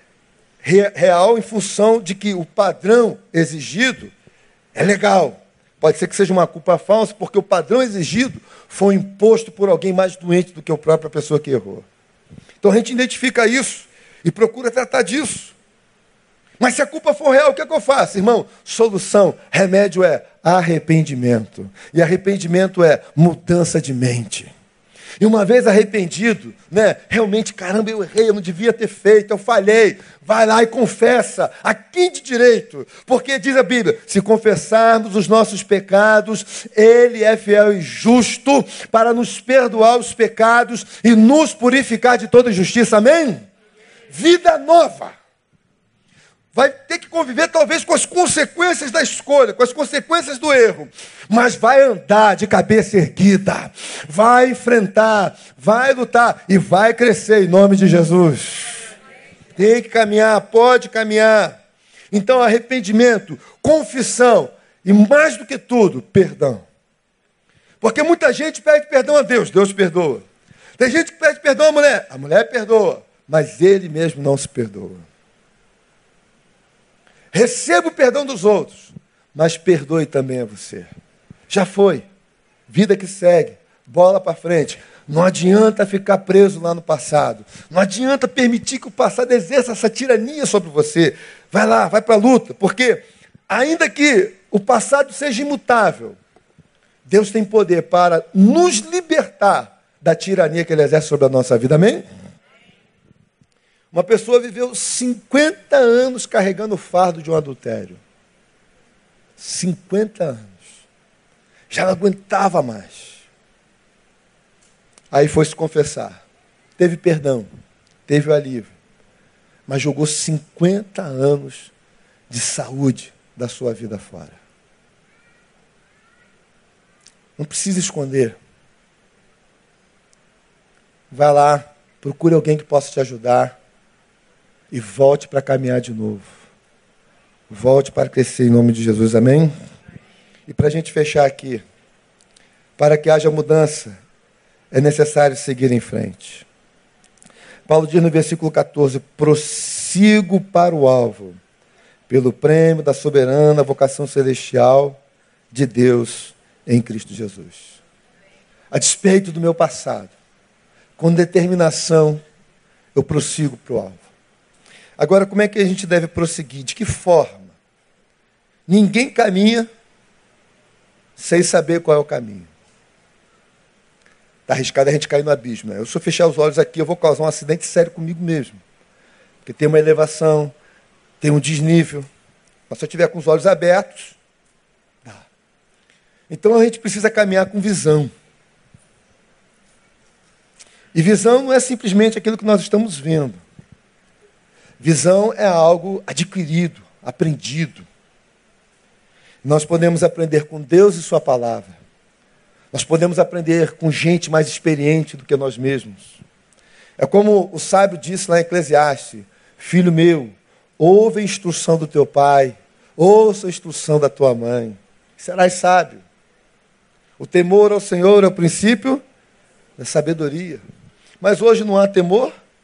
real em função de que o padrão exigido é legal. Pode ser que seja uma culpa falsa porque o padrão exigido foi imposto por alguém mais doente do que a própria pessoa que errou. Então a gente identifica isso e procura tratar disso. Mas se a culpa for real, o que é que eu faço? Irmão, solução, remédio é arrependimento. E arrependimento é mudança de mente. E uma vez arrependido, né? Realmente, caramba, eu errei, eu não devia ter feito, eu falhei. Vai lá e confessa, a quem de direito? Porque diz a Bíblia, se confessarmos os nossos pecados, Ele é fiel e justo para nos perdoar os pecados e nos purificar de toda injustiça. Amém? Vida nova. Vai ter que conviver talvez com as consequências da escolha, com as consequências do erro. Mas vai andar de cabeça erguida, vai enfrentar, vai lutar e vai crescer em nome de Jesus. Tem que caminhar, pode caminhar. Então arrependimento, confissão e mais do que tudo, perdão. Porque muita gente pede perdão a Deus, Deus perdoa. Tem gente que pede perdão à a mulher perdoa, mas ele mesmo não se perdoa. Receba o perdão dos outros, mas perdoe também a você. Já foi. Vida que segue. Bola para frente. Não adianta ficar preso lá no passado. Não adianta permitir que o passado exerça essa tirania sobre você. Vai lá, vai para a luta. Porque, ainda que o passado seja imutável, Deus tem poder para nos libertar da tirania que Ele exerce sobre a nossa vida. Amém? Uma pessoa viveu 50 anos carregando o fardo de um adultério. 50 anos. Já não aguentava mais. Aí foi se confessar. Teve perdão. Teve o alívio. Mas jogou 50 anos de saúde da sua vida fora. Não precisa esconder. Vai lá, procure alguém que possa te ajudar. E volte para caminhar de novo. Volte para crescer em nome de Jesus, amém? E para a gente fechar aqui, para que haja mudança, é necessário seguir em frente. Paulo diz no versículo 14, prossigo para o alvo, pelo prêmio da soberana vocação celestial de Deus em Cristo Jesus. A despeito do meu passado, com determinação, eu prossigo para o alvo. Agora, como é que a gente deve prosseguir? De que forma? Ninguém caminha sem saber qual é o caminho. Está arriscado a gente cair no abismo, né? Eu, se eu fechar os olhos aqui, eu vou causar um acidente sério comigo mesmo. Porque tem uma elevação, tem um desnível. Mas se eu estiver com os olhos abertos, dá. Então a gente precisa caminhar com visão. E visão não é simplesmente aquilo que nós estamos vendo. Visão é algo adquirido, aprendido. Nós podemos aprender com Deus e Sua palavra. Nós podemos aprender com gente mais experiente do que nós mesmos. É como o sábio disse lá em Eclesiastes, filho meu, ouve a instrução do teu pai, ouça a instrução da tua mãe, serás sábio. O temor ao Senhor é o princípio da sabedoria. Mas hoje não há temor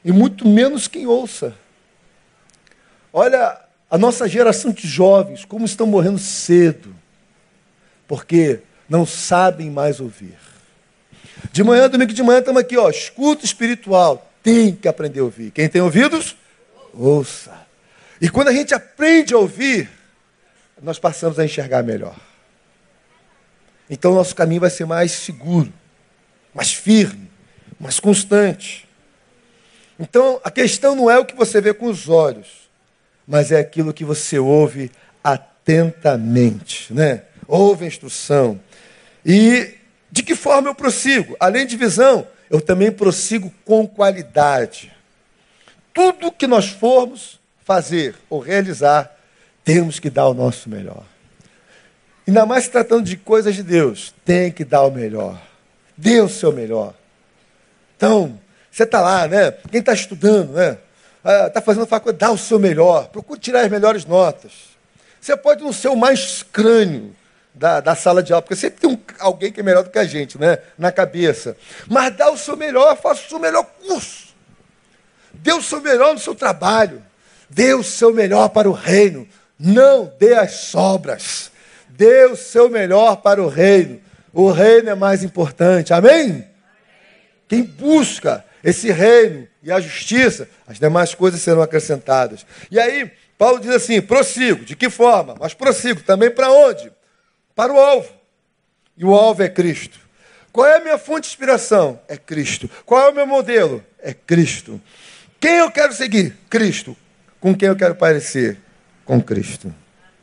e muito menos quem ouça. Olha a nossa geração de jovens, como estão morrendo cedo, porque não sabem mais ouvir. De manhã, domingo de manhã, estamos aqui, escuta espiritual. Tem que aprender a ouvir. Quem tem ouvidos, ouça. E quando a gente aprende a ouvir, nós passamos a enxergar melhor. Então o nosso caminho vai ser mais seguro, mais firme, mais constante. Então a questão não é o que você vê com os olhos, mas é aquilo que você ouve atentamente, né? Ouve a instrução. E de que forma eu prossigo? Além de visão, eu também prossigo com qualidade. Tudo que nós formos fazer ou realizar, temos que dar o nosso melhor. Ainda mais se tratando de coisas de Deus, tem que dar o melhor. Dê o seu melhor. Então, você está lá, né? Quem está estudando, né? Está fazendo faculdade, dá o seu melhor. Procure tirar as melhores notas. Você pode não ser o mais crânio da sala de aula, porque sempre tem alguém que é melhor do que a gente, né? Na cabeça. Mas dá o seu melhor, faça o seu melhor curso. Dê o seu melhor no seu trabalho. Dê o seu melhor para o reino. Não dê as sobras. Dê o seu melhor para o reino. O reino é mais importante. Amém? Quem busca esse reino e a justiça, as demais coisas serão acrescentadas. E aí, Paulo diz assim, prossigo. De que forma? Mas prossigo também para onde? Para o alvo. E o alvo é Cristo. Qual é a minha fonte de inspiração? É Cristo. Qual é o meu modelo? É Cristo. Quem eu quero seguir? Cristo. Com quem eu quero parecer? Com Cristo.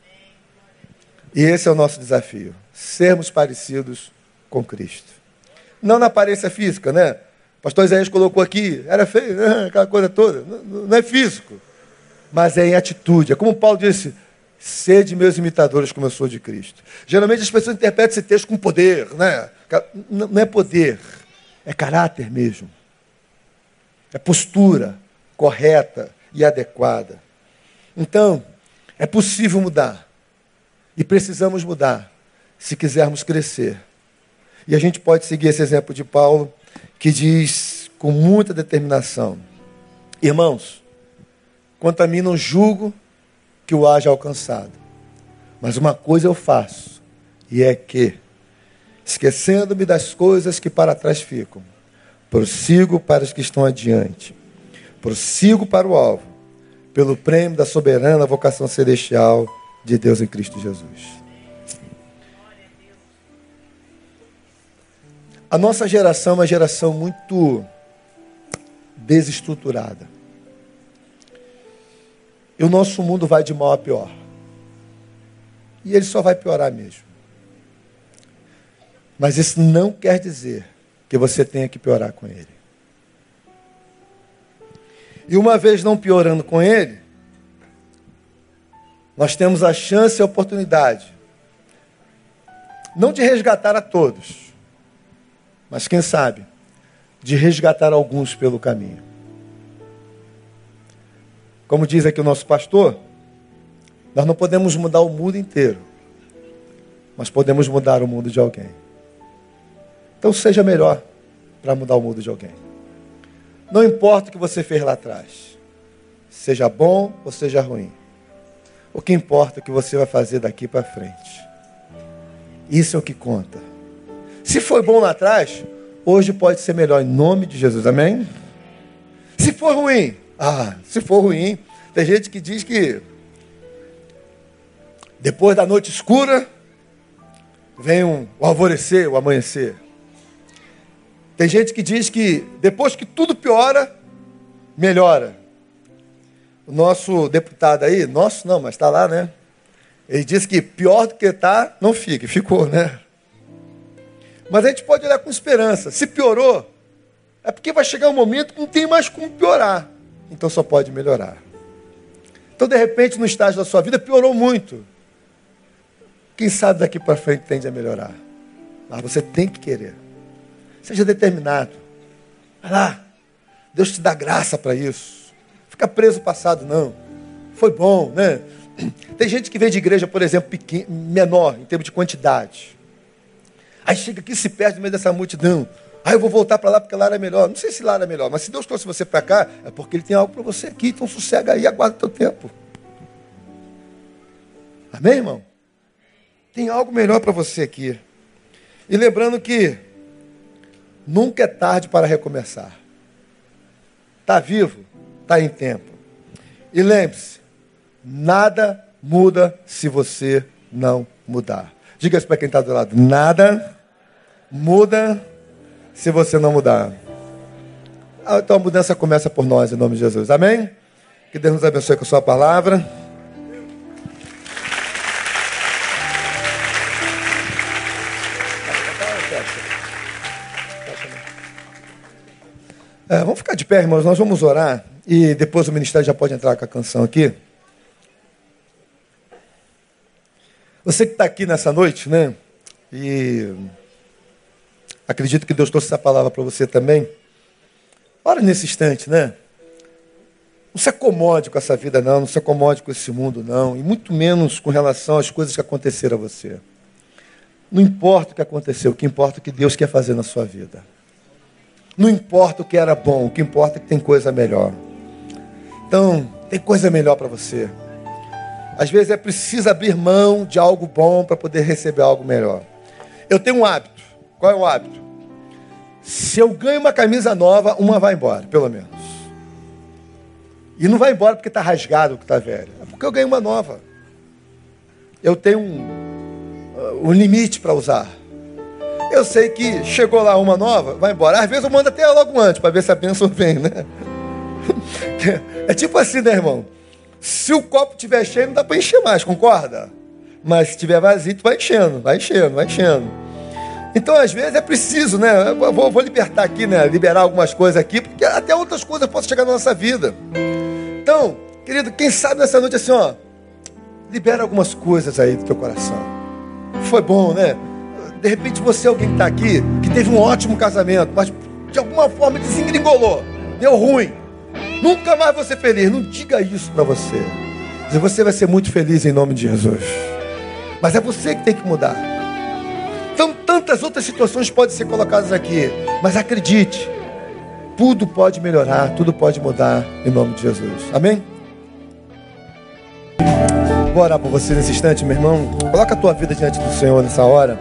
E esse é o nosso desafio. Sermos parecidos com Cristo. Não na aparência física, né? O pastor Isaías colocou aqui, era feio, né? Aquela coisa toda. Não é físico, mas é em atitude. É como Paulo disse, sede meus imitadores como eu sou de Cristo. Geralmente as pessoas interpretam esse texto com poder, né? Não é poder, é caráter mesmo. É postura correta e adequada. Então, é possível mudar. E precisamos mudar, se quisermos crescer. E a gente pode seguir esse exemplo de Paulo, que diz com muita determinação, irmãos, quanto a mim não julgo que o haja alcançado, mas uma coisa eu faço, e é que, esquecendo-me das coisas que para trás ficam, prossigo para os que estão adiante, prossigo para o alvo, pelo prêmio da soberana vocação celestial de Deus em Cristo Jesus. A nossa geração é uma geração muito desestruturada. E o nosso mundo vai de mal a pior. E ele só vai piorar mesmo. Mas isso não quer dizer que você tenha que piorar com ele. E uma vez não piorando com ele, nós temos a chance e a oportunidade, não de resgatar a todos, mas quem sabe, de resgatar alguns pelo caminho. Como diz aqui o nosso pastor, nós não podemos mudar o mundo inteiro, mas podemos mudar o mundo de alguém. Então seja melhor para mudar o mundo de alguém. Não importa o que você fez lá atrás, seja bom ou seja ruim. O que importa é o que você vai fazer daqui para frente. Isso é o que conta. Se foi bom lá atrás, hoje pode ser melhor em nome de Jesus, amém? Se for ruim, se for ruim, tem gente que diz que depois da noite escura, vem o alvorecer, o amanhecer. Tem gente que diz que depois que tudo piora, melhora. O nosso deputado aí, nosso não, mas está lá, né? Ele disse que pior do que está, não fica. Ficou, né? Mas a gente pode olhar com esperança. Se piorou, é porque vai chegar um momento que não tem mais como piorar. Então só pode melhorar. Então, de repente, no estágio da sua vida, piorou muito. Quem sabe daqui para frente tende a melhorar. Mas você tem que querer. Seja determinado. Vai lá. Deus te dá graça para isso. Fica preso no passado, não. Foi bom, né? Tem gente que vem de igreja, por exemplo, menor, em termos de quantidade. Aí chega aqui e se perde no meio dessa multidão. Eu vou voltar para lá porque lá era melhor. Não sei se lá era melhor, mas se Deus trouxe você para cá, é porque Ele tem algo para você aqui. Então sossega aí, aguarda o teu tempo. Amém, irmão? Tem algo melhor para você aqui. E lembrando que nunca é tarde para recomeçar. Está vivo? Está em tempo. E lembre-se, nada muda se você não mudar. Diga isso para quem está do lado. Nada muda se você não mudar. Então a mudança começa por nós, em nome de Jesus. Amém? Que Deus nos abençoe com a sua palavra. Vamos ficar de pé, irmãos. Nós vamos orar. E depois o ministério já pode entrar com a canção aqui. Você que está aqui nessa noite, né? E acredito que Deus trouxe essa palavra para você também. Ora nesse instante, né? Não se acomode com essa vida, não. Não se acomode com esse mundo, não. E muito menos com relação às coisas que aconteceram a você. Não importa o que aconteceu. O que importa é o que Deus quer fazer na sua vida. Não importa o que era bom. O que importa é que tem coisa melhor. Então, tem coisa melhor para você. Às vezes é preciso abrir mão de algo bom para poder receber algo melhor. Eu tenho um hábito. Qual é o hábito? Se eu ganho uma camisa nova, uma vai embora, pelo menos. E não vai embora porque está rasgado, porque está velha. É porque eu ganhei uma nova. Eu tenho um limite para usar. Eu sei que chegou lá uma nova, vai embora. Às vezes eu mando até logo antes, para ver se a bênção vem, né? É tipo assim, né, irmão? Se o copo estiver cheio, não dá para encher mais, concorda? Mas se estiver vazio, tu vai enchendo, vai enchendo, vai enchendo. Então, às vezes, é preciso, né? Eu vou libertar aqui, né? Liberar algumas coisas aqui, porque até outras coisas possam chegar na nossa vida. Então, querido, quem sabe nessa noite assim, ó, libera algumas coisas aí do teu coração. Foi bom, né? De repente você é alguém que está aqui, que teve um ótimo casamento, mas de alguma forma desengringolou, deu ruim. Nunca mais vou ser feliz. Não diga isso para você. Você vai ser muito feliz em nome de Jesus. Mas é você que tem que mudar. Então, tantas outras situações podem ser colocadas aqui. Mas acredite, tudo pode melhorar, tudo pode mudar em nome de Jesus. Amém? Vou orar por você nesse instante, meu irmão. Coloca a tua vida diante do Senhor nessa hora.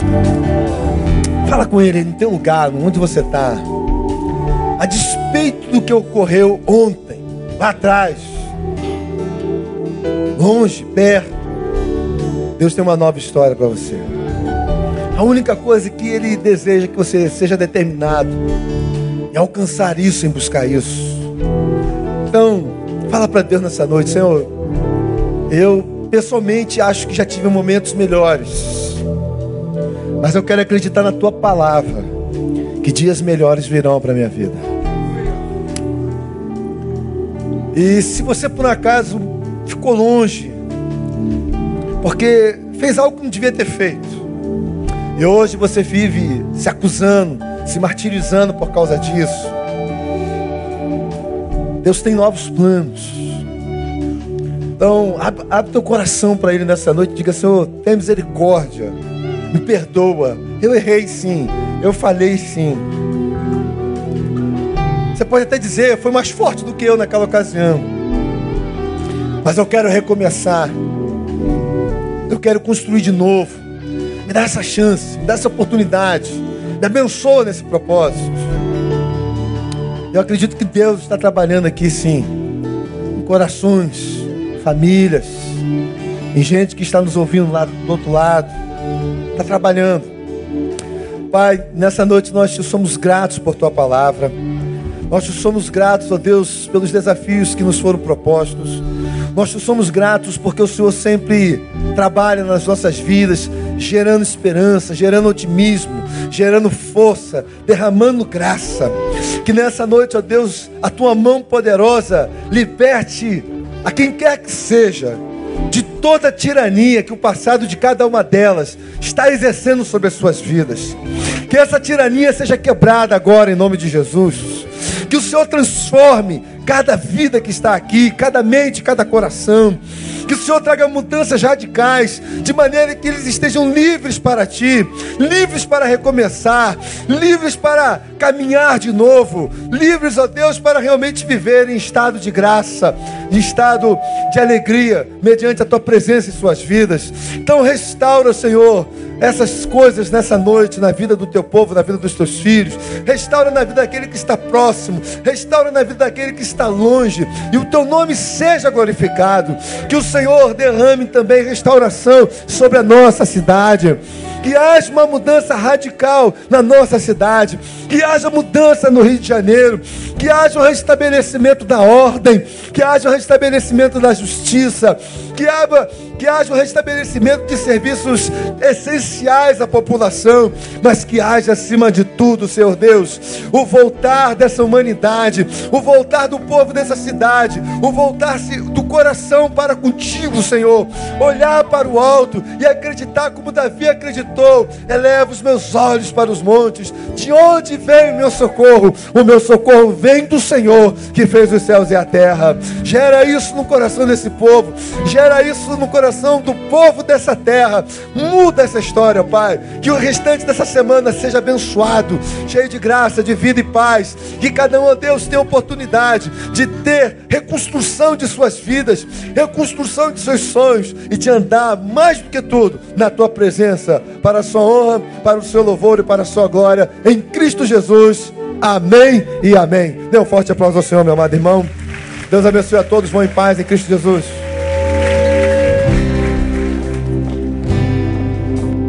Fala com Ele no teu lugar, onde você está. A despeito do que ocorreu ontem, lá atrás, longe, perto, Deus tem uma nova história para você. A única coisa que Ele deseja é que você seja determinado em alcançar isso, em buscar isso. Então, fala para Deus nessa noite: Senhor, eu pessoalmente acho que já tive momentos melhores, mas eu quero acreditar na Tua palavra, que dias melhores virão para a minha vida. E se você por acaso ficou longe, porque fez algo que não devia ter feito, e hoje você vive se acusando, se martirizando por causa disso, Deus tem novos planos. Então, abre teu coração para Ele nessa noite. Diga: Senhor, tenha misericórdia, me perdoa, eu errei sim, eu falei sim. Você pode até dizer: foi mais forte do que eu naquela ocasião, mas eu quero recomeçar, eu quero construir de novo. Me dá essa chance, me dá essa oportunidade, me abençoa nesse propósito. Eu acredito que Deus está trabalhando aqui sim, em corações, famílias, em gente que está nos ouvindo lá do outro lado. Está trabalhando. Pai, nessa noite nós te somos gratos por Tua palavra. Nós te somos gratos, ó Deus, pelos desafios que nos foram propostos. Nós te somos gratos porque o Senhor sempre trabalha nas nossas vidas, gerando esperança, gerando otimismo, gerando força, derramando graça. Que nessa noite, ó Deus, a Tua mão poderosa liberte a quem quer que seja de toda a tirania que o passado de cada uma delas está exercendo sobre as suas vidas. Que essa tirania seja quebrada agora em nome de Jesus. Que o Senhor transforme cada vida que está aqui, cada mente, cada coração. Que o Senhor traga mudanças radicais, de maneira que eles estejam livres para Ti, livres para recomeçar, livres para caminhar de novo, livres, ó Deus, para realmente viver em estado de graça, em estado de alegria, mediante a Tua presença em suas vidas. Então restaura, Senhor, essas coisas nessa noite, na vida do Teu povo, na vida dos Teus filhos. Restaura na vida daquele que está próximo, restaura na vida daquele que está longe, e o Teu nome seja glorificado. Que o Senhor derrame também restauração sobre a nossa cidade. Que haja uma mudança radical na nossa cidade, que haja mudança no Rio de Janeiro, que haja o restabelecimento da ordem, que haja o restabelecimento da justiça, que haja o restabelecimento de serviços essenciais à população, mas que haja acima de tudo, Senhor Deus, o voltar dessa humanidade, o voltar do povo dessa cidade, o voltar-se do coração para contigo, Senhor, olhar para o alto e acreditar como Davi acreditou. Eleva os meus olhos para os montes, de onde vem o meu socorro? O meu socorro vem do Senhor, que fez os céus e a terra. Gera isso no coração desse povo, gera isso no coração do povo dessa terra. Muda essa história, Pai, que o restante dessa semana seja abençoado, cheio de graça, de vida e paz, que cada um, ó Deus, tenha oportunidade de ter reconstrução de suas vidas, reconstrução de seus sonhos, e de andar mais do que tudo na Tua presença, para a Sua honra, para o Seu louvor e para a Sua glória, em Cristo Jesus. Amém e amém. Dê um forte aplauso ao Senhor, meu amado irmão. Deus abençoe a todos, vão em paz em Cristo Jesus.